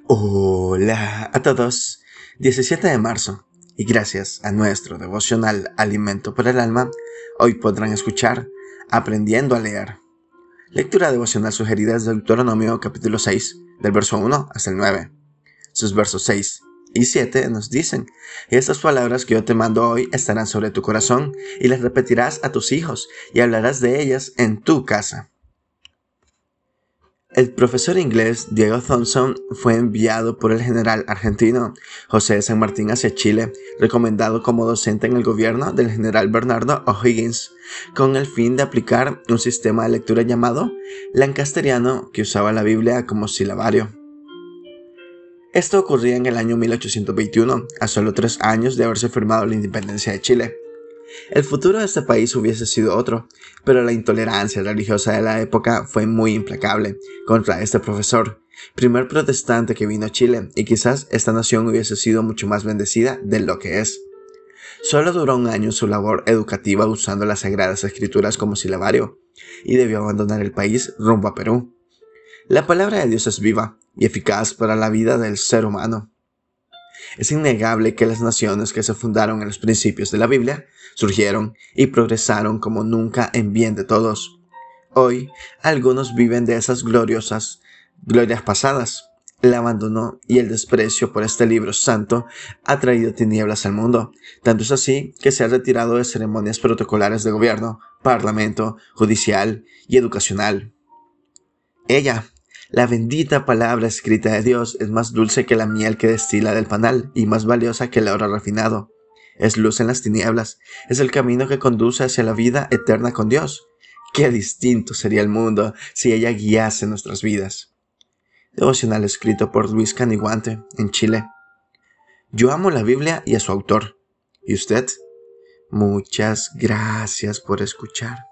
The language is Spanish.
Hola a todos, 17 de marzo, y gracias a nuestro devocional Alimento para el Alma, hoy podrán escuchar Aprendiendo a leer. Lectura devocional sugerida es Deuteronomio capítulo 6, del verso 1 hasta el 9. Sus versos 6 y 7 nos dicen: y estas palabras que yo te mando hoy estarán sobre tu corazón, y las repetirás a tus hijos, y hablarás de ellas en tu casa. El profesor inglés Diego Thompson fue enviado por el general argentino José de San Martín hacia Chile, recomendado como docente en el gobierno del general Bernardo O'Higgins, con el fin de aplicar un sistema de lectura llamado lancasteriano que usaba la Biblia como silabario. Esto ocurría en el año 1821, a solo 3 años de haberse firmado la independencia de Chile. El futuro de este país hubiese sido otro, pero la intolerancia religiosa de la época fue muy implacable contra este profesor, primer protestante que vino a Chile, y quizás esta nación hubiese sido mucho más bendecida de lo que es. Solo duró 1 año su labor educativa usando las Sagradas Escrituras como silabario, y debió abandonar el país rumbo a Perú. La palabra de Dios es viva y eficaz para la vida del ser humano. Es innegable que las naciones que se fundaron en los principios de la Biblia surgieron y progresaron como nunca en bien de todos. Hoy, algunos viven de esas glorias pasadas. El abandono y el desprecio por este libro santo ha traído tinieblas al mundo. Tanto es así que se ha retirado de ceremonias protocolares de gobierno, parlamento, judicial y educacional. La bendita palabra escrita de Dios es más dulce que la miel que destila del panal y más valiosa que el oro refinado. Es luz en las tinieblas, es el camino que conduce hacia la vida eterna con Dios. Qué distinto sería el mundo si ella guiase nuestras vidas. Devocional escrito por Luis Caniguante, en Chile. Yo amo la Biblia y a su autor. ¿Y usted? Muchas gracias por escuchar.